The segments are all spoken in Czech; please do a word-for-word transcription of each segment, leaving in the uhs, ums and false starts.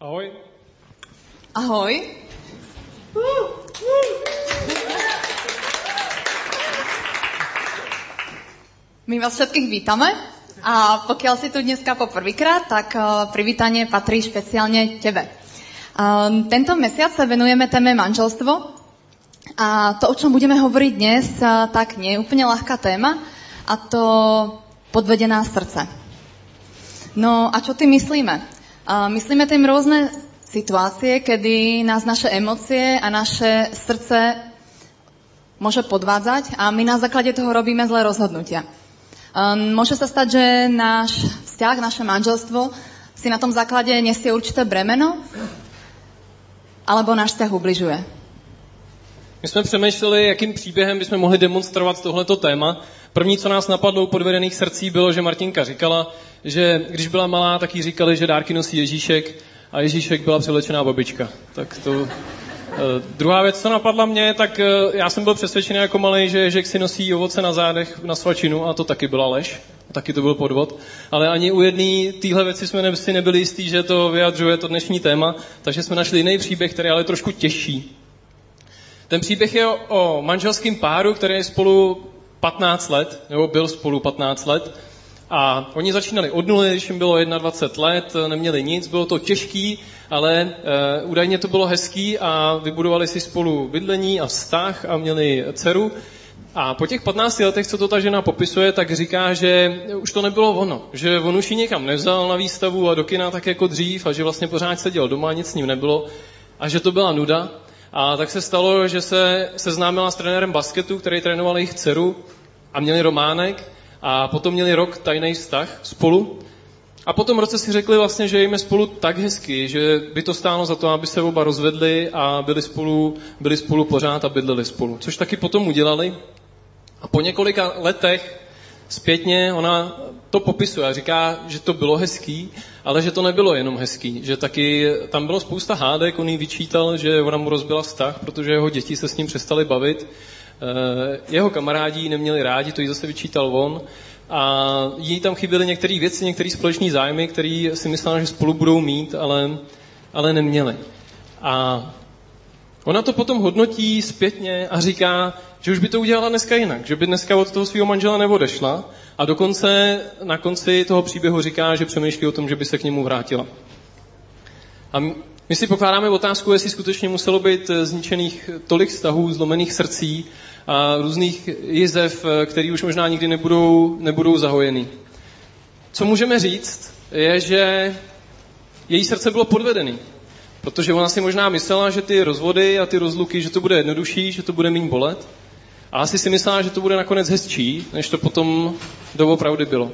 Ahoj. Ahoj. My vás všetkých vítame a pokiaľ si tu dneska poprvýkrát, tak privítanie patrí špeciálne tebe. Tento mesiac sa venujeme téme manželstvo a to, o čom budeme hovoriť dnes, tak nie je úplne ľahká téma a to podvedená srdce. No a čo tým myslíme? Myslíme tým rôzne situácie, kedy nás naše emócie a naše srdce môže podvádzať a my na základe toho robíme zlé rozhodnutia. Môže sa stať, že náš vzťah, naše manželstvo si na tom základe nesie určité bremeno, alebo náš vzťah ubližuje. My jsme přemýšleli, jakým příběhem bychom mohli demonstrovat tohleto téma. První, co nás napadlo u podvedených srdcí, bylo, že Martinka říkala, že když byla malá, tak jí říkali, že dárky nosí Ježíšek a Ježíšek byla převlečená babička. Tak to... Uh, druhá věc, co napadla mě, tak uh, já jsem byl přesvědčený jako malej, že Ježek si nosí ovoce na zádech na svačinu a to taky byla lež. Taky to byl podvod. Ale ani u jedné téhle věci jsme ne, si nebyli jistí, že to vyjadřuje to dnešní téma, takže jsme našli jiný příběh, který je ale trošku těžší. Ten příběh je o, o manželském páru, který je spolu patnáct let, nebo byl spolu patnáct let. A oni začínali od nuly, když jim bylo dvacet jedna let, neměli nic, bylo to těžký, ale e, údajně to bylo hezký a vybudovali si spolu bydlení a vztah a měli dceru. A po těch patnácti letech, co to ta žena popisuje, tak říká, že už to nebylo ono, že on už ji někam nevzal na výstavu a do kina tak jako dřív a že vlastně pořád seděl doma, nic s ním nebylo a že to byla nuda. A tak se stalo, že se seznámila s trenérem basketu, který trénoval jejich dceru a měli románek a potom měli rok tajný vztah spolu. A po tom roce si řekli vlastně, že jim je spolu tak hezky, že by to stálo za to, aby se oba rozvedli a byli spolu, byli spolu pořád a bydleli spolu. Což taky potom udělali. A po několika letech zpětně ona to popisuje a říká, že to bylo hezký, ale že to nebylo jenom hezký, že taky tam bylo spousta hádek, on jí vyčítal, že ona mu rozbila vztah, protože jeho děti se s ním přestali bavit, jeho kamarádi neměli rádi, to jí zase vyčítal on a jí tam chyběly některé věci, některé společné zájmy, které si myslela, že spolu budou mít, ale, ale neměli. A ona to potom hodnotí zpětně a říká, že už by to udělala dneska jinak, že by dneska od toho svého manžela neodešla a dokonce na konci toho příběhu říká, že přemýšlí o tom, že by se k němu vrátila. A my si pokládáme otázku, jestli skutečně muselo být zničených tolik vztahů, zlomených srdcí a různých jizev, které už možná nikdy nebudou, nebudou zahojený. Co můžeme říct, je, že její srdce bylo podvedený. Protože ona si možná myslela, že ty rozvody a ty rozluky, že to bude jednodušší, že to bude méně bolet. A asi si myslela, že to bude nakonec hezčí, než to potom doopravdy bylo.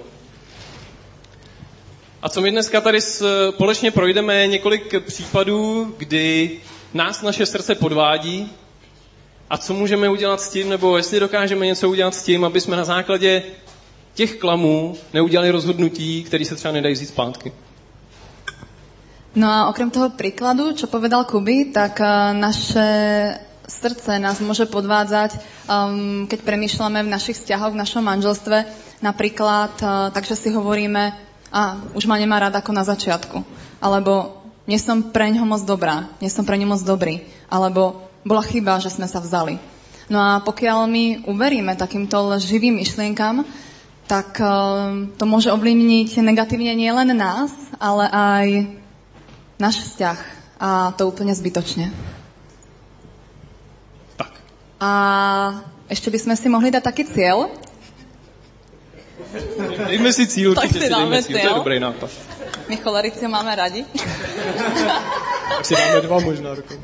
A co my dneska tady společně projdeme, je několik případů, kdy nás naše srdce podvádí a co můžeme udělat s tím, nebo jestli dokážeme něco udělat s tím, aby jsme na základě těch klamů neudělali rozhodnutí, které se třeba nedají vzít zpátky. No a okrem toho príkladu, čo povedal Kuby, tak uh, naše srdce nás môže podvádzať, um, keď premýšľame v našich vzťahoch, v našom manželstve. Napríklad, uh, takže si hovoríme, a už ma nemá rád ako na začiatku. Alebo nie som pre ňoho moc dobrá, nie som pre ňo moc dobrý. Alebo bola chyba, že sme sa vzali. No a pokiaľ my uveríme takýmto živým myšlienkam, tak uh, to môže ovlivniť negatívne nielen nás, ale aj náš vzťah a to úplne zbytočne. Tak. A ešte by sme si mohli dať taký cieľ. Dejme si cíl, tak určite si dejme cíl, to je dobrý nápad. My cholerici máme radi. Tak si dáme dva možná dokonca.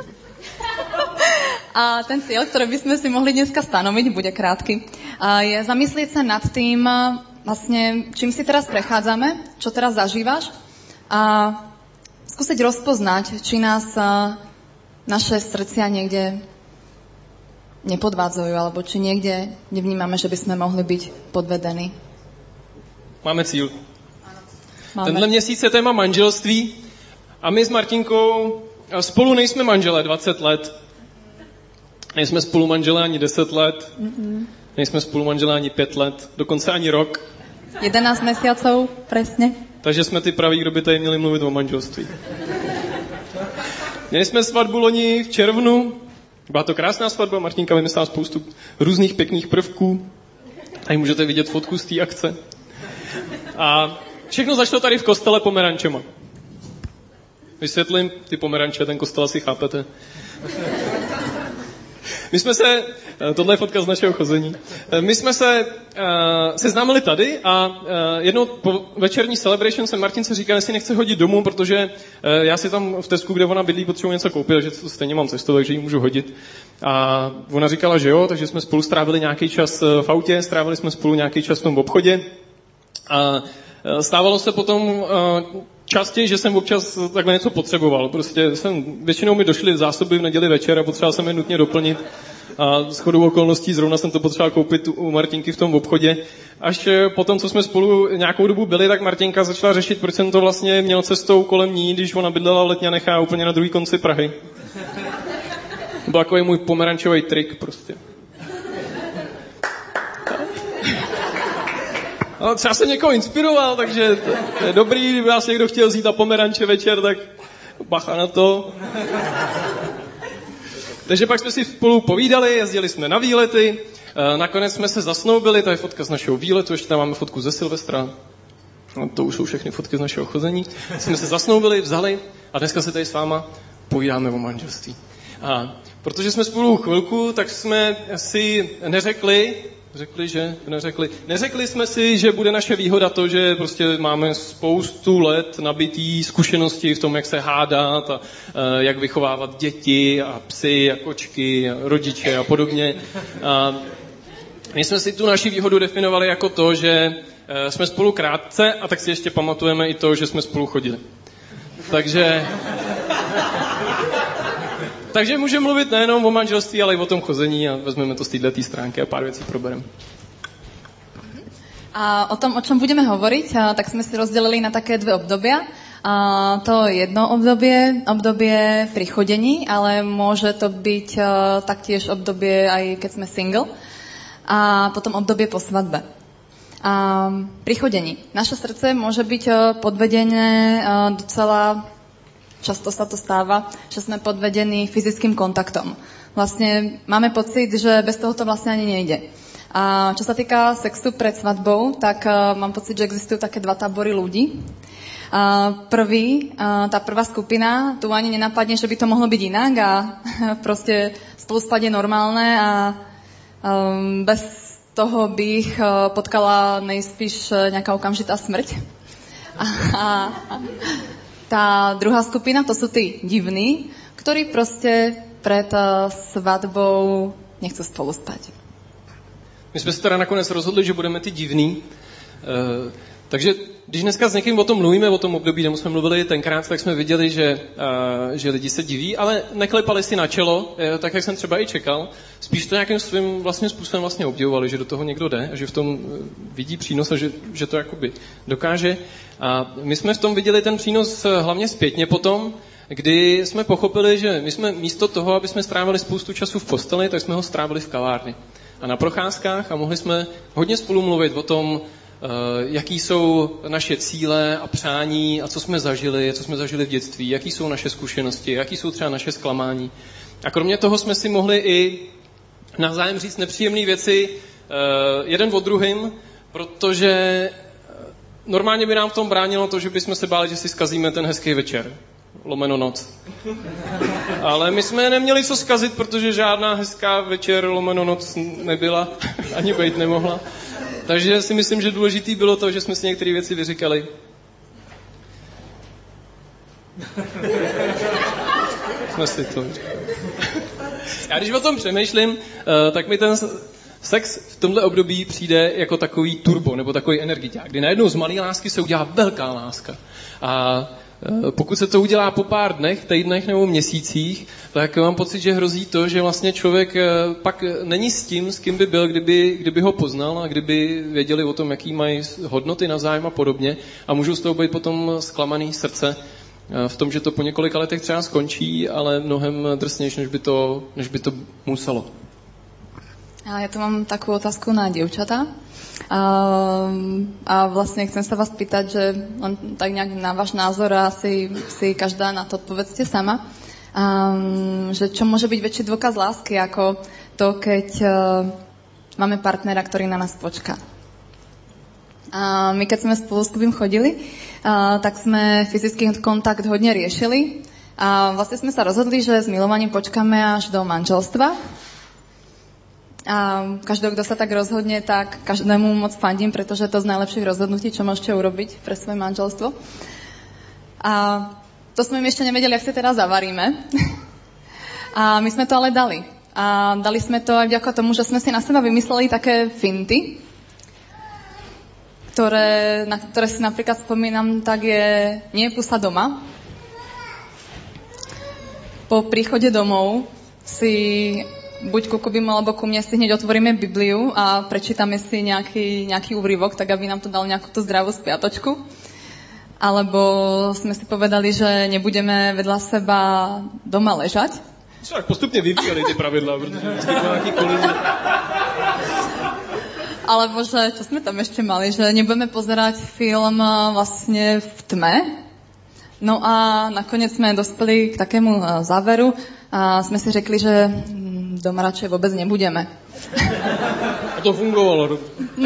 A ten cieľ, ktorý by sme si mohli dneska stanoviť, bude krátky, je zamyslieť sa nad tým, vlastne, čím si teraz prechádzame, čo teraz zažívaš a skúsiť rozpoznať, či nás uh, naše srdcia niekde nepodvádzajú, alebo či niekde nevnímame, že by sme mohli byť podvedení. Máme cíl. Máme. Tenhle měsíc je téma manželství a my s Martinkou spolu nejsme manželé dvacet let. Nejsme spolu manželé ani deset let. Mm-mm. Nejsme spolu manželé ani pět let. Dokonce ani rok. jedenásť mesiacov, presne. Takže jsme ty praví, kdo by tady měli mluvit o manželství. Měli jsme svatbu loni v červnu. Byla to krásná svatba, Martinka vymyslela spoustu různých pěkných prvků. Tady můžete vidět fotku z té akce. A všechno začalo tady v kostele pomerančema. Vysvětlím ty pomeranče, ten kostel asi chápete. My jsme se, tohle je fotka z našeho chození, my jsme se uh, seznámili tady a uh, jednou po večerní celebration jsem Martince říkal, jestli nechce hodit domů, protože uh, já si tam v Tesku, kde ona bydlí, potřebuji něco koupit, že to stejně mám cestu, takže ji můžu hodit. A ona říkala, že jo, takže jsme spolu strávili nějaký čas v autě, strávili jsme spolu nějaký čas v tom obchodě. A stávalo se potom uh, častěji, že jsem občas takhle něco potřeboval. Prostě jsem, většinou mi došly zásoby v neděli večer a potřeboval jsem je nutně doplnit. A shodou okolností zrovna jsem to potřeboval koupit u Martinky v tom obchodě. Až potom, co jsme spolu nějakou dobu byli, tak Martinka začala řešit, proč jsem to vlastně měl cestou kolem ní, když ona bydlela v Letňanech úplně na druhý konci Prahy. To byl takový můj pomerančový trik prostě. No, třeba jsem někoho inspiroval, takže to je dobrý, kdyby vás někdo chtěl vzít na pomeranče večer, tak bacha na to. Takže pak jsme si spolu povídali, jezdili jsme na výlety, nakonec jsme se zasnoubili, to je fotka z našeho výletu, ještě tam máme fotku ze Silvestra, no, to už jsou všechny fotky z našeho chození. Jsme se zasnoubili, vzali a dneska se tady s váma povídáme o manželství. A protože jsme spolu chvilku, tak jsme si neřekli, Řekli, že neřekli. Neřekli jsme si, že bude naše výhoda to, že prostě máme spoustu let nabitý zkušenosti v tom, jak se hádat a e, jak vychovávat děti a psy a kočky a rodiče a podobně. A my jsme si tu naši výhodu definovali jako to, že e, jsme spolu krátce a tak si ještě pamatujeme i to, že jsme spolu chodili. Takže... Takže můžeme mluvit nejenom o manželství, ale i o tom chození a vezmeme to z této stránky a pár věcí probereme. A o tom, o čom budeme hovoriť, tak sme si rozdelili na také dve obdobia. A to jedno obdobie, obdobie pri chodení, ale môže to byť taktiež obdobie aj keď sme single. A potom obdobie po svadbe. A pri chodení. Naše srdce môže byť podvedené docela... Často sa to stáva, že sme podvedení fyzickým kontaktom. Vlastne máme pocit, že bez toho to vlastne ani nejde. A čo sa týka sexu pred svadbou, tak uh, mám pocit, že existujú také dva tábory ľudí. Uh, prvý, uh, tá prvá skupina, tu ani nenapadne, že by to mohlo byť inak a proste spoluspať je normálne a um, bez toho by ich uh, potkala nejspíš nejaká okamžitá smrť. A, a, Tá druhá skupina, to sú tí divní, ktorí proste pred svadbou nechcú spolu spať. My jsme se teda nakonec rozhodli, že budeme ty divní. E, takže když dneska s někým o tom mluvíme, o tom období, kde jsme mluvili tenkrát, tak jsme viděli, že, e, že lidi se diví, ale neklepali si na čelo, e, tak jak jsem třeba i čekal. Spíš to nějakým svým vlastním způsobem vlastně obdivovali, že do toho někdo jde a že v tom vidí přínos a že, že to jakoby dokáže. A my jsme v tom viděli ten přínos hlavně zpětně potom, kdy jsme pochopili, že my jsme místo toho, aby jsme strávili spoustu času v posteli, tak jsme ho strávili v kavárně a na procházkách a mohli jsme hodně spolu mluvit o tom, jaký jsou naše cíle a přání a co jsme zažili, co jsme zažili v dětství, jaký jsou naše zkušenosti, jaký jsou třeba naše zklamání. A kromě toho jsme si mohli i navzájem říct nepříjemné věci jeden o druhým, protože normálně by nám v tom bránilo to, že bychom se báli, že si zkazíme ten hezký večer. Lomeno noc. Ale my jsme neměli co zkazit, protože žádná hezká večer lomeno noc nebyla, ani být nemohla. Takže si myslím, že důležitý bylo to, že jsme si některé věci vyříkali. Jsme si to Já když o tom přemýšlím, tak mi ten sex v tomhle období přijde jako takový turbo, nebo takový energiťák, kdy najednou z malé lásky se udělá velká láska. A pokud se to udělá po pár dnech, týdnech nebo měsících, tak mám pocit, že hrozí to, že vlastně člověk pak není s tím, s kým by byl, kdyby, kdyby ho poznal a kdyby věděli o tom, jaký mají hodnoty navzájem a podobně a můžou z toho být potom zklamaný srdce v tom, že to po několika letech třeba skončí, ale mnohem drsnější, než by to, než by to muselo. A ja tu mám takú otázku na dievčatá. A, a vlastne chcem sa vás pýtať, že len tak nejak na váš názor a si, si každá na to odpovedzte sama, a, že čo môže byť väčší dôkaz lásky ako to, keď a, máme partnera, ktorý na nás počká. A my keď sme spolu s Kubím chodili, a, tak sme fyzický kontakt hodne riešili a vlastne sme sa rozhodli, že s milovaním počkáme až do manželstva. A každého, kto sa tak rozhodne, tak každému moc fandím, pretože to z najlepších rozhodnutí, čo môžete urobiť pre svoje manželstvo. A to sme my ešte nevedeli, jak si teraz zavaríme. A my sme to ale dali. A dali sme to aj vďaka tomu, že sme si na seba vymysleli také finty, ktoré, na ktoré si napríklad spomínam, tak je nie je pusa doma. Po príchode domov si buď ku Kubimu alebo ku mne si hneď otvoríme Bibliu a prečítame si nejaký, nejaký úryvok, tak aby nám to dal nejakú tú zdravú spiatočku. Alebo sme si povedali, že nebudeme vedľa seba doma ležať. Tak postupne vyvíjali tie pravidlá, pretože vždy bol nejaký kolízy. Alebo že, čo sme tam ešte mali, že nebudeme pozerať film vlastne v tme. No a nakoniec sme dospeli k takému záveru a sme si řekli, že doma radšej vôbec nebudeme. A to fungovalo.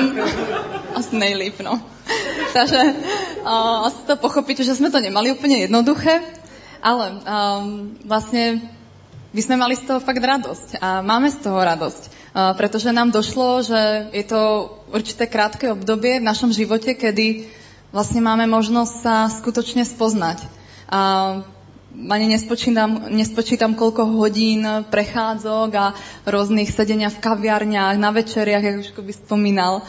Asi nejlíp, no. Takže uh, asi to pochopíte, že sme to nemali úplne jednoduché, ale um, vlastne my sme mali z toho fakt radosť a máme z toho radosť, uh, pretože nám došlo, že je to určité krátke obdobie v našom živote, kedy vlastne máme možnosť sa skutočne spoznať. A ani nespočítam, nespočítam koľko hodín prechádzok a rôznych sedenia v kaviarniach, na večeriach, jak už by spomínal.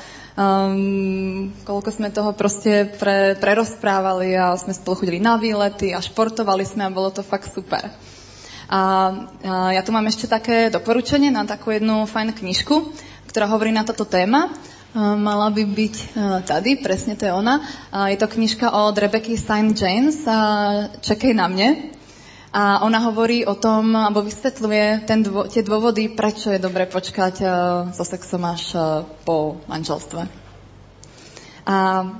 Um, koľko sme toho proste pre, prerozprávali a sme spolu chodili na výlety a športovali sme a bolo to fakt super. A, a ja tu mám ešte také doporučenie na takú jednu fajn knižku, ktorá hovorí na toto téma. Mala by byť tady, presne to je ona. Je to knižka od Rebecky Saint James, Čekej na mne. A ona hovorí o tom, alebo vysvetľuje ten dô, tie dôvody, prečo je dobre počkať so sexom až po manželstve. A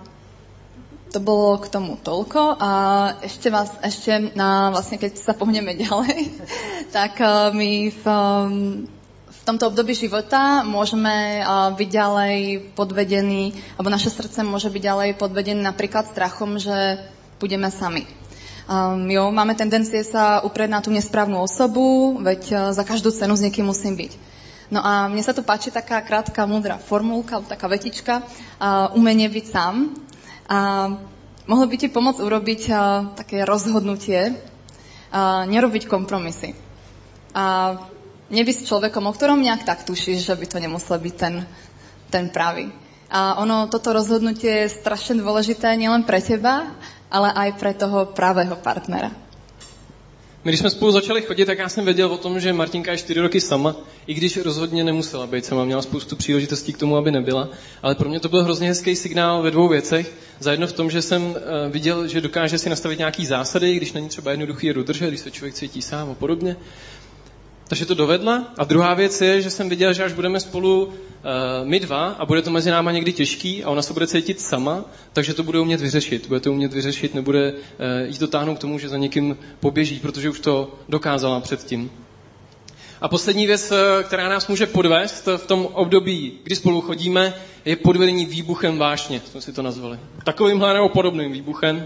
to bolo k tomu toľko. A ešte vás, ešte na, vlastne keď sa pohneme ďalej, tak my v V tomto období života môžeme uh, byť ďalej podvedení, alebo naše srdce môže byť ďalej podvedené napríklad strachom, že budeme sami. Um, jo, máme tendencie sa uprieť na tú nesprávnu osobu, veď uh, za každú cenu s niekým musím byť. No a mne sa tu páči taká krátka, múdra formulka, taká vetička, uh, umenie byť sám. A mohlo by ti pomôcť urobiť uh, také rozhodnutie, uh, nerobiť kompromisy. A nebyť s človekom, o ktorom nejak tak tušíš, že by to nemusel byť ten, ten pravý. A ono, toto rozhodnutie je strašne dôležité nielen pre teba, ale aj pre toho pravého partnera. My když jsme spolu začali chodit, tak já jsem věděl o tom, že Martinka je čtyři roky sama, i když rozhodně nemusela být sama, měla spoustu příležitostí k tomu, aby nebyla. Ale pro mě to byl hrozně hezký signál ve dvou věcech. Za jedno v tom, že jsem viděl, že dokáže si nastavit nějaký zásady, když není třeba jednoduchý je dodržet, když se člověk cítí sám a podobně. Takže to dovedla. A druhá věc je, že jsem viděl, že až budeme spolu uh, my dva a bude to mezi náma někdy těžký a ona se bude cítit sama, takže to bude umět vyřešit. Bude to umět vyřešit, nebude uh, jí dotáhnout k tomu, že za někým poběží, protože už to dokázala předtím. A poslední věc, která nás může podvést v tom období, kdy spolu chodíme, je podvedení výbuchem vášně, jsme si to nazvali. Takovýmhle nebo podobným výbuchem.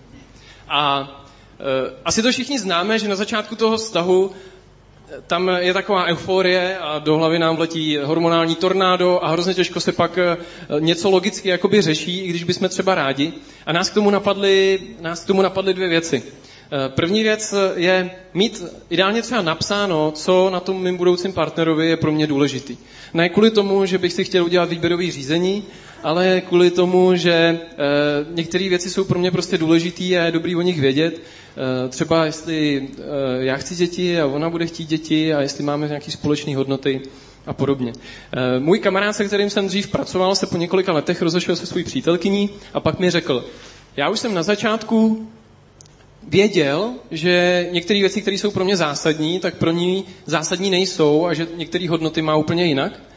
A uh, asi to všichni známe, že na začátku toho vztahu tam je taková euforie a do hlavy nám vletí hormonální tornádo a hrozně těžko se pak něco logicky jakoby řeší, i když bychom třeba rádi. A nás k tomu napadly, nás k tomu napadly dvě věci. První věc je mít ideálně třeba napsáno, co na tom mým budoucím partnerovi je pro mě důležitý. Ne kvůli tomu, že bych si chtěl udělat výběrový řízení, ale kvůli tomu, že e, některé věci jsou pro mě prostě důležitý a je dobrý o nich vědět. E, třeba jestli e, já chci děti a ona bude chtít děti a jestli máme nějaké společné hodnoty a podobně. E, můj kamarád, se kterým jsem dřív pracoval, se po několika letech rozešel se svou přítelkyní a pak mi řekl, já už jsem na začátku věděl, že některé věci, které jsou pro mě zásadní, tak pro ní zásadní nejsou a že některé hodnoty má úplně jinak.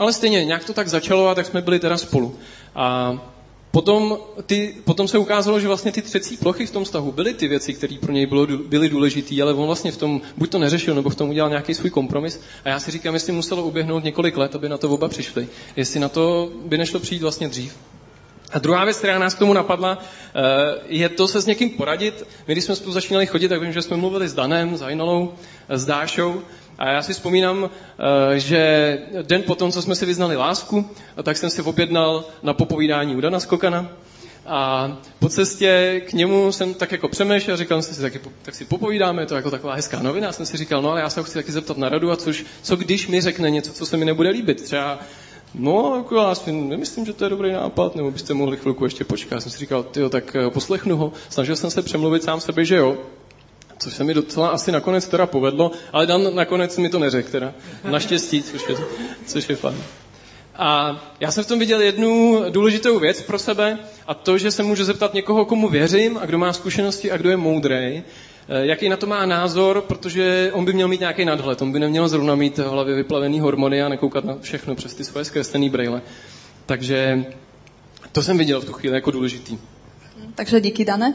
ale stejně nějak to tak začalo a tak jsme byli teda spolu. A Potom, ty, potom se ukázalo, že vlastně ty třecí plochy v tom vztahu byly ty věci, které pro něj bylo, byly důležitý, ale on vlastně v tom buď to neřešil, nebo v tom udělal nějaký svůj kompromis. A já si říkám, jestli muselo uběhnout několik let, aby na to oba přišli. Jestli na to by nešlo přijít vlastně dřív. A druhá věc, která nás k tomu napadla, je to se s někým poradit. My, když jsme spolu začínali chodit, tak vím, že jsme mluvili s Danem, s Ajnolou, s Dášou. A já si vzpomínám, že den potom, co jsme si vyznali lásku, tak jsem si objednal na popovídání u Dana Skokana. A po cestě k němu jsem tak jako přemýšlel, říkal jsem si, tak, tak si popovídáme, to jako taková hezká novina. A jsem si říkal, no ale já se ho chci taky zeptat na radu, a což, co když mi řekne něco, co se mi nebude líbit. Třeba, no jako já si nemyslím, že to je dobrý nápad, nebo byste mohli chvilku ještě počkat. Já jsem si říkal, tyjo, tak poslechnu ho. Snažil jsem se přemluvit sám sebe, že jo. Což se mi docela asi nakonec teda povedlo, ale Dan nakonec mi to neřekl teda. Naštěstí, což je, což je fajn. A já jsem v tom viděl jednu důležitou věc pro sebe, a to, že se můžu zeptat někoho, komu věřím a kdo má zkušenosti a kdo je moudrej, jaký na to má názor, protože on by měl mít nějaký nadhled, on by neměl zrovna mít v hlavě vyplavený hormony a nekoukat na všechno přes ty svoje zkreslený brejle. Takže to jsem viděl v tu chvíli jako důležitý. Takže díky, Dane.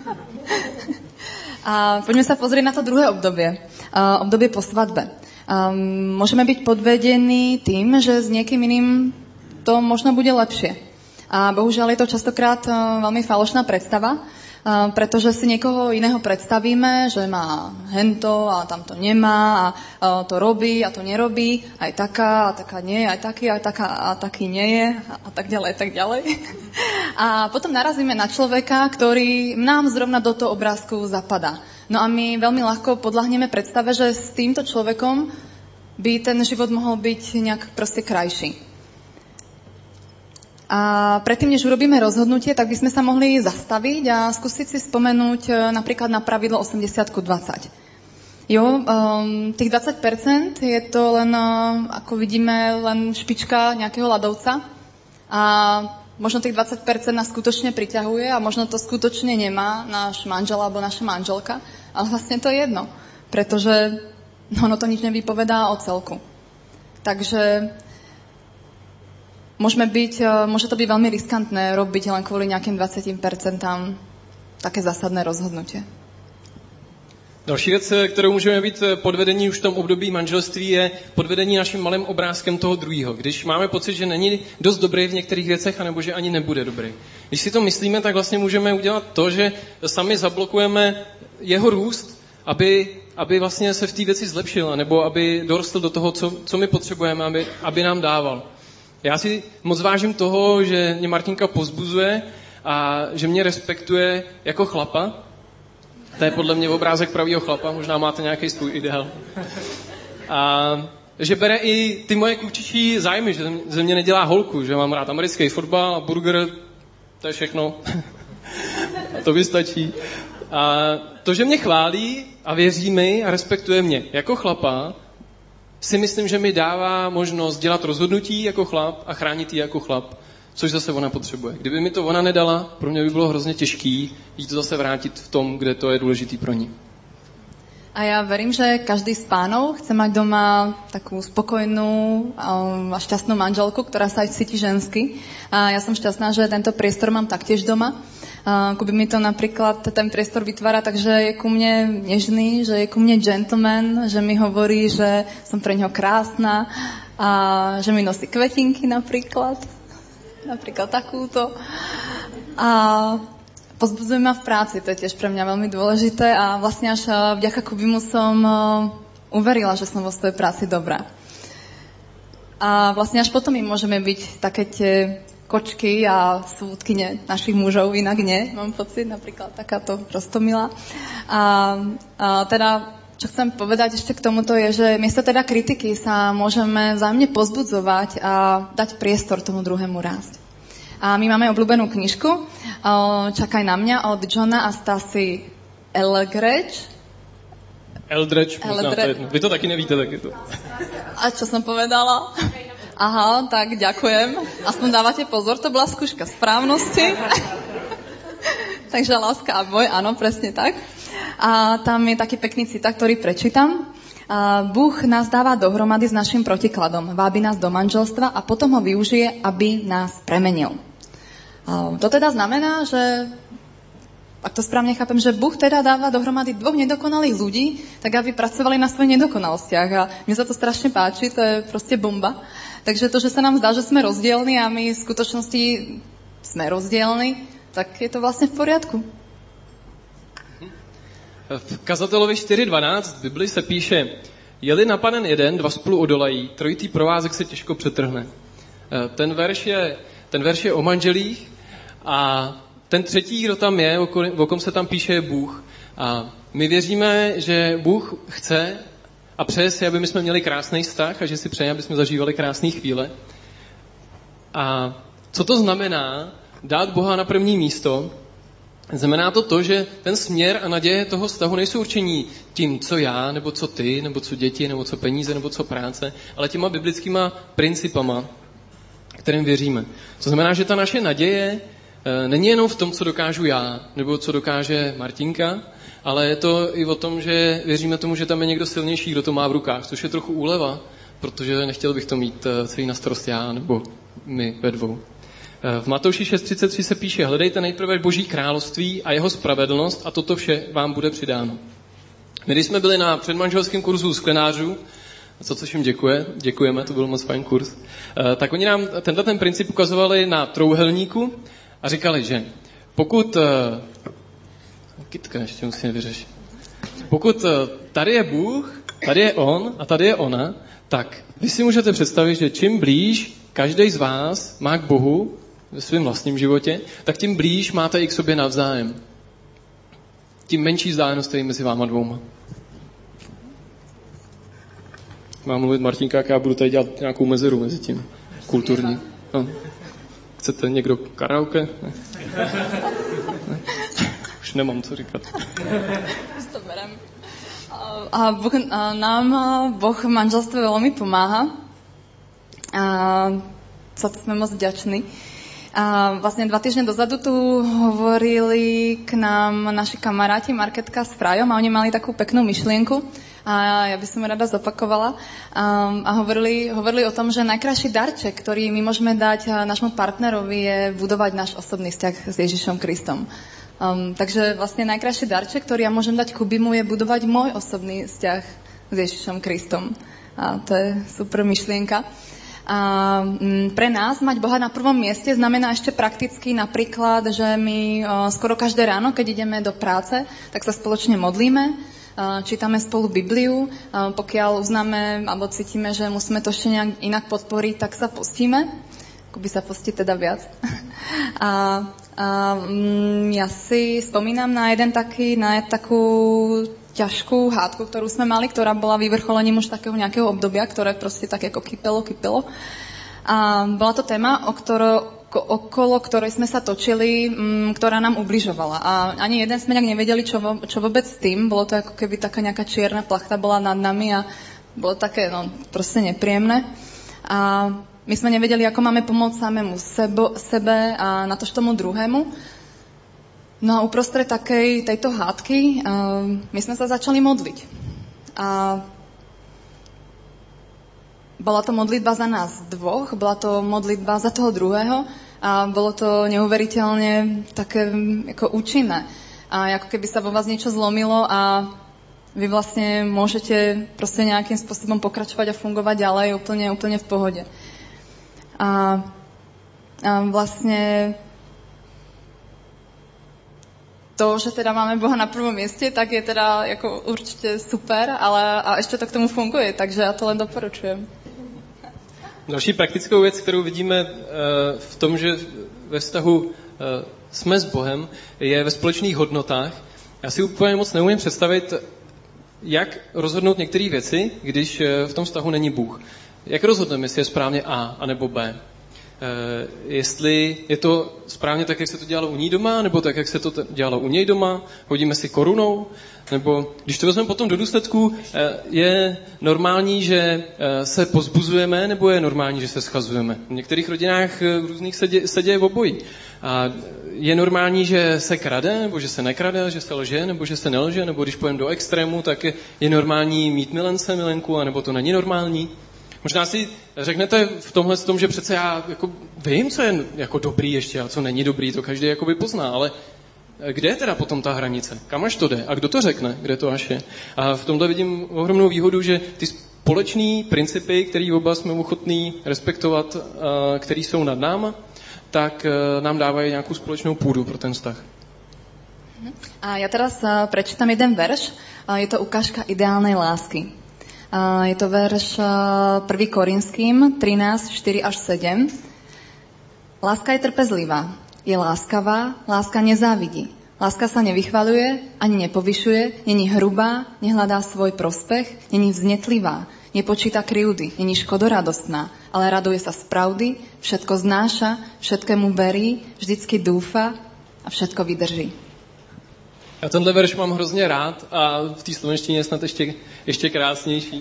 A poďme sa pozrieť na to druhé obdobie. Uh, obdobie po svadbe. Um, môžeme byť podvedení tým, že s niekým iným to možno bude lepšie. A bohužiaľ je to častokrát uh, veľmi falošná predstava, uh, pretože si niekoho iného predstavíme, že má hento a tamto nemá a uh, to robí a to nerobí, aj taká a taká nie, aj taký aj taká a taký nie je a, a tak ďalej, tak ďalej. A potom narazíme na človeka, ktorý nám zrovna do toho obrázku zapadá. No a my veľmi ľahko podľahneme predstave, že s týmto človekom by ten život mohol byť nejak proste krajší. A predtým, než urobíme rozhodnutie, tak by sme sa mohli zastaviť a skúsiť si spomenúť napríklad na pravidlo osemdesiat ku dvadsať. Jo, um, tých dvadsať percent je to len, uh, ako vidíme, len špička nejakého ľadovca. A možno tých dvadsať percent nás skutočne priťahuje a možno to skutočne nemá náš manžel alebo naša manželka. Ale vlastne to je jedno, pretože ono to nič nevypovedá o celku. Takže môžeme byť, môže to byť veľmi riskantné robiť len kvôli nejakým dvadsať percent také zásadné rozhodnutie. Další věc, kterou můžeme být podvedení už v tom období manželství, je podvedení naším malým obrázkem toho druhého. Když máme pocit, že není dost dobrý v některých věcech, anebo že ani nebude dobrý. Když si to myslíme, tak vlastně můžeme udělat to, že sami zablokujeme jeho růst, aby, aby vlastně se v té věci zlepšil, nebo aby dorostl do toho, co, co my potřebujeme, aby, aby nám dával. Já si moc vážím toho, že mě Martinka povzbuzuje a že mě respektuje jako chlapa. To je podle mě obrázek pravýho chlapa, možná máte nějaký svůj ideál. A že bere i ty moje klučičí zájmy, že ze mě nedělá holku, že mám rád americký fotbal a burger, to je všechno. A to by stačí. A to, že mě chválí a věří mi a respektuje mě jako chlapa, si myslím, že mi dává možnost dělat rozhodnutí jako chlap a chránit ji jako chlap, což zase ona potřebuje. Kdyby mi to ona nedala, pro mě by bylo hrozně těžký jí to zase vrátit v tom, kde to je důležitý pro ní. A ja verím, že každý z pánov chce mať doma takú spokojnú a šťastnú manželku, ktorá sa aj cíti žensky. A ja som šťastná, že tento priestor mám taktiež doma. A Kuby mi to napríklad ten priestor vytvára, takže je ku mne nežný, že je ku mne gentleman, že mi hovorí, že som pre ňoho krásna a že mi nosí kvetinky napríklad. Napríklad takúto. A pozbudzuje ma v práci, to je tiež pre mňa veľmi dôležité a vlastne až vďaka Kubimu som uverila, že som vo svojej práci dobrá. A vlastne až potom my môžeme byť také tie kočky a súdkyne našich mužov, inak nie, mám pocit, napríklad takáto Roztomila. A, a teda, čo chcem povedať ešte k tomuto je, že miesto teda kritiky sa môžeme vzájomne pozbudzovať a dať priestor tomu druhému rásť. A my máme obľúbenú knižku Čakaj na mňa od Johna a Stacy Eldredge. Eldredge, možná to jedno. Vy to taky nevíte, tak je to. A čo som povedala? Aha, tak ďakujem. Aspoň dávate pozor, to bola skúška správnosti. Takže láska a boj, áno, presne tak. A tam je taký pekný citát, ktorý prečítam. Bůh nás dává dohromady s naším protikladom, vábi nás do manželstva a potom ho využije, aby nás premenil. To teda znamená, že, ak to správne chápem, že Bůh teda dáva dohromady dvoch nedokonalých ľudí, tak aby pracovali na svojich nedokonalostiach. A mne sa to strašne páči, to je proste bomba. Takže to, že sa nám zdá, že sme rozdielni a my v skutočnosti sme rozdielni, tak je to vlastne v poriadku. V Kazatelovi čtyři dvanáct v Bibli se píše: je-li napaden jeden, dva spolu odolají, trojitý provázek se těžko přetrhne. Ten verš je, ten verš je o manželích a ten třetí, kdo tam je, o kom se tam píše, je Bůh. A my věříme, že Bůh chce a přeje si, aby my jsme měli krásný vztah a že si přeje, aby jsme zažívali krásné chvíle. A co to znamená dát Boha na první místo? Znamená to to, že ten směr a naděje toho vztahu nejsou určení tím, co já, nebo co ty, nebo co děti, nebo co peníze, nebo co práce, ale těma biblickýma principama, kterým věříme. To znamená, že ta naše naděje e, není jenom v tom, co dokážu já, nebo co dokáže Martinka, ale je to i o tom, že věříme tomu, že tam je někdo silnější, kdo to má v rukách, což je trochu úleva, protože nechtěl bych to mít celý na starost já, nebo my ve dvou. V Matouši šest třicet tři se píše: hledejte nejprve Boží království a jeho spravedlnost a toto vše vám bude přidáno. My, když jsme byli na předmanželském kurzu sklenářů, za což jim děkuje, děkujeme, to byl moc fajn kurz, tak oni nám tenhle ten princip ukazovali na trouhelníku a říkali, že pokud... Kytka ještě musíme vyřešit. Pokud tady je Bůh, tady je on a tady je ona, tak vy si můžete představit, že čím blíž každý z vás má k Bohu ve svém vlastním životě, tak tím blíž máte i k sobě navzájem. Tím menší vzdálenost je mezi váma dvouma. Mám mluvit Martinka, jak já budu tady dělat nějakou mezeru mezi tím. Kulturní. No. Chcete někdo karaoke? Ne. Ne. Už nemám co říkat. To berem. A boh, a nám Boh v manželstve veľmi pomáha. A za to sme moc vďační. A vlastne dva týždne dozadu tu hovorili k nám naši kamaráti Marketka s Frajom a oni mali takú peknú myšlienku a ja by som rada zopakovala. A, a hovorili, hovorili o tom, že najkrajší darček, ktorý my môžeme dať nášmu partnerovi, je budovať náš osobný vzťah s Ježišom Kristom. Um, takže vlastne najkrajší darček, ktorý ja môžem dať Kubimu, je budovať môj osobný vzťah s Ježišom Kristom. A to je super myšlienka. A um, pre nás mať Boha na prvom mieste znamená ešte prakticky napríklad, že my uh, skoro každé ráno, keď ideme do práce, tak sa spoločne modlíme, uh, čítame spolu Bibliu, uh, pokiaľ uznáme alebo cítime, že musíme to ešte nejak inak podporiť, tak sa postíme. Kubi sa postí teda viac. A A um, ja si spomínam na jeden taký, na takú ťažkú hádku, ktorú sme mali, ktorá bola vyvrcholením už takého nejakého obdobia, ktoré proste tak ako kypelo, kypelo. A bola to téma, o ktoré, okolo ktorej sme sa točili, um, ktorá nám ubližovala. A ani jeden sme nejak nevedeli, čo, vo, čo vôbec s tým. Bolo to ako keby taká nejaká čierna plachta bola nad nami a bolo také, no, proste nepríjemné. A my sme nevedeli, ako máme pomôcť samému sebo, sebe a natož tomu druhému. No a uprostred takej, tejto hádky uh, my sme sa začali modliť. A bola to modlitba za nás dvoch, bola to modlitba za toho druhého a bolo to neuveriteľne také ako účinné. A ako keby sa vo vás niečo zlomilo a vy vlastne môžete proste nejakým spôsobom pokračovať a fungovať ďalej úplne, úplne v pohode. A, a vlastne to, že teda máme Boha na prvom mieste, tak je teda jako určite super, ale a ešte to k tomu funguje, takže ja to len doporučujem. Další praktickou věc, kterou vidíme e, v tom, že ve vztahu e, jsme s Bohem, je ve společných hodnotách. Já si úplně moc neumím představit, jak rozhodnout některé věci, když e, v tom vztahu není Bůh. Jak rozhodneme, jestli je správně A, anebo B? jestli je to správně tak, jak se to dělalo u ní doma, nebo tak, jak se to dělalo u něj doma, hodíme si korunou, nebo když to vezmeme potom do důsledku, je normální, že se pozbuzujeme, nebo je normální, že se schazujeme. V některých rodinách různých se děje, se děje obojí. A je normální, že se krade, nebo že se nekrade, že se lže, nebo že se nelže, nebo když půjdeme do extrému, tak je, je normální mít milence, milenku, anebo to není normální. Možná si řeknete v tomhle tom, že přece já jako vím, co je jako dobrý ještě a co není dobrý, to každý jakoby pozná, ale kde je teda potom ta hranice? Kam až to jde? A kdo to řekne, kde to až je? A v tomhle vidím ohromnou výhodu, že ty společné principy, které oba jsme ochotní respektovat, které jsou nad náma, tak nám dávají nějakou společnou půdu pro ten vztah. A ja teraz prečítam jeden verš. Je to ukážka ideálnej lásky. Je to verš prvý Korinským trinásť, štyri až sedem. Láska je trpezlivá, je láskavá, láska nezávidí. Láska sa nevychvaľuje, ani nepovyšuje, není hrubá, nehľadá svoj prospech, není vznetlivá, nepočíta krivdy, není škodoradostná, ale raduje sa z pravdy, všetko znáša, všetkému verí, vždycky dúfa a všetko vydrží. Já tenhle verš mám hrozně rád a v té slovenštině je snad ještě, ještě krásnější.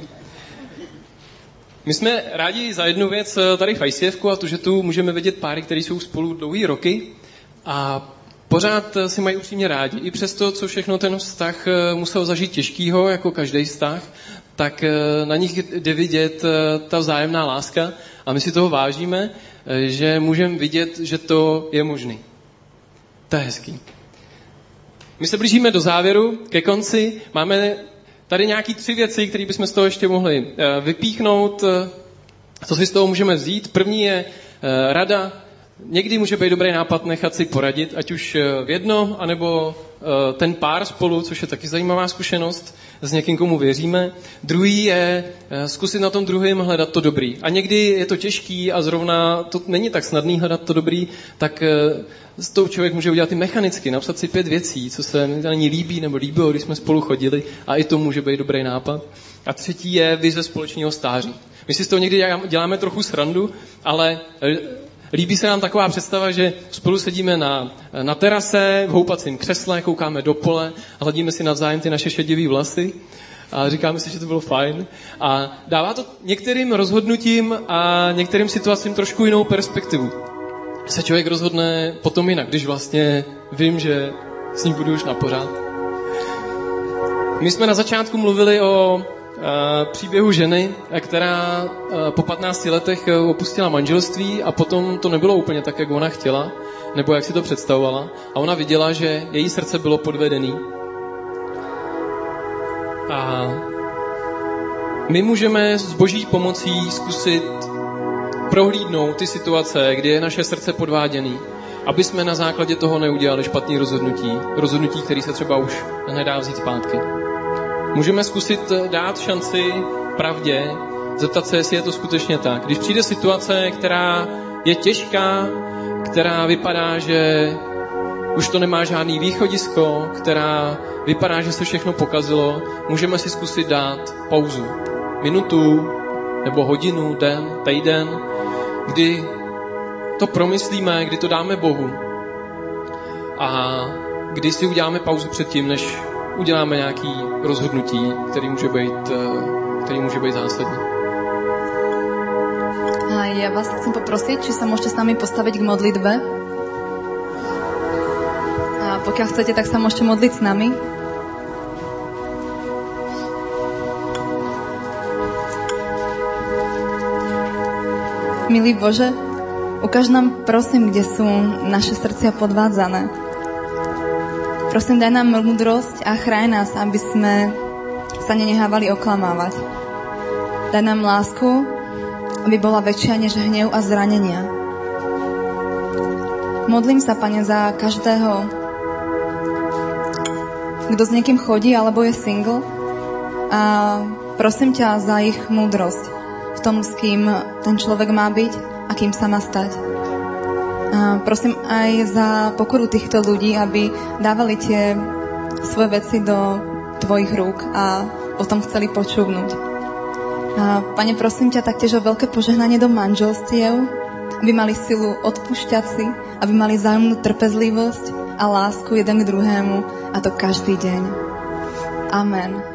My jsme rádi za jednu věc tady v I C F ku a to, že tu můžeme vidět páry, které jsou spolu dlouhý roky a pořád si mají upřímně rádi. I přesto, co všechno ten vztah musel zažít těžkýho, jako každý vztah, tak na nich jde vidět ta vzájemná láska a my si toho vážíme, že můžeme vidět, že to je možný. To je hezký. My se blížíme do závěru, ke konci. Máme tady nějaký tři věci, které bychom z toho ještě mohli vypíchnout. Co si z toho můžeme vzít? První je rada. Někdy může být dobrý nápad nechat si poradit, ať už v jedno, anebo ten pár spolu, což je taky zajímavá zkušenost, s někým, komu věříme. Druhý je zkusit na tom druhém hledat to dobrý. A někdy je to těžký a zrovna to není tak snadný hledat to dobrý, tak z toho člověk může udělat i mechanicky, napsat si pět věcí, co se mi ani líbí nebo líbilo, když jsme spolu chodili a i to může být dobrý nápad. A třetí je vize společného stáří. My si z toho někdy děláme trochu srandu, ale líbí se nám taková představa, že spolu sedíme na, na terase, v houpacím křesle, koukáme do pole a hladíme si navzájem ty naše šedivý vlasy a říkáme si, že to bylo fajn. A dává to některým rozhodnutím a některým situacím trošku jinou perspektivu. Se člověk rozhodne potom jinak, když vlastně vím, že s ním budu už na pořád. My jsme na začátku mluvili o příběhu ženy, která po patnácti letech opustila manželství a potom to nebylo úplně tak, jak ona chtěla, nebo jak si to představovala. A ona viděla, že její srdce bylo podvedený. A my můžeme s Boží pomocí zkusit prohlídnout ty situace, kdy je naše srdce podváděný, aby jsme na základě toho neudělali špatný rozhodnutí, rozhodnutí, které se třeba už nedá vzít zpátky. Můžeme zkusit dát šanci pravdě, zeptat se, jestli je to skutečně tak. Když přijde situace, která je těžká, která vypadá, že už to nemá žádný východisko, která vypadá, že se všechno pokazilo, můžeme si zkusit dát pauzu. Minutu, nebo hodinu, den, týden, kdy to promyslíme, kdy to dáme Bohu a kdy si uděláme pauzu před tím, než uděláme nějaký rozhodnutí, který může být, který může být zásadní. A ja vás chcem poprosiť, či sa môžete s nami postaviť k modlitbe. A pokiaľ chcete, tak sa môžete modliť s nami. Milý Bože, ukáž nám prosím, kde sú naše srdcia podvádzané. Prosím, daj nám múdrosť a chráň nás, aby sme sa nenehávali oklamávať. Daj nám lásku, aby bola väčšia než hnev a zranenia. Modlím sa, Pane, za každého, kto s niekým chodí alebo je single a prosím ťa za ich múdrosť v tom, s kým ten človek má byť a kým sa má stať. A prosím aj za pokoru týchto ľudí, aby dávali tie svoje veci do tvojich rúk a potom chceli počúvnuť. A Pane, prosím ťa taktiež o veľké požehnanie do manželstiev, aby mali silu odpúšťať si, aby mali vzájomnú trpezlivosť a lásku jeden k druhému, a to každý deň. Amen.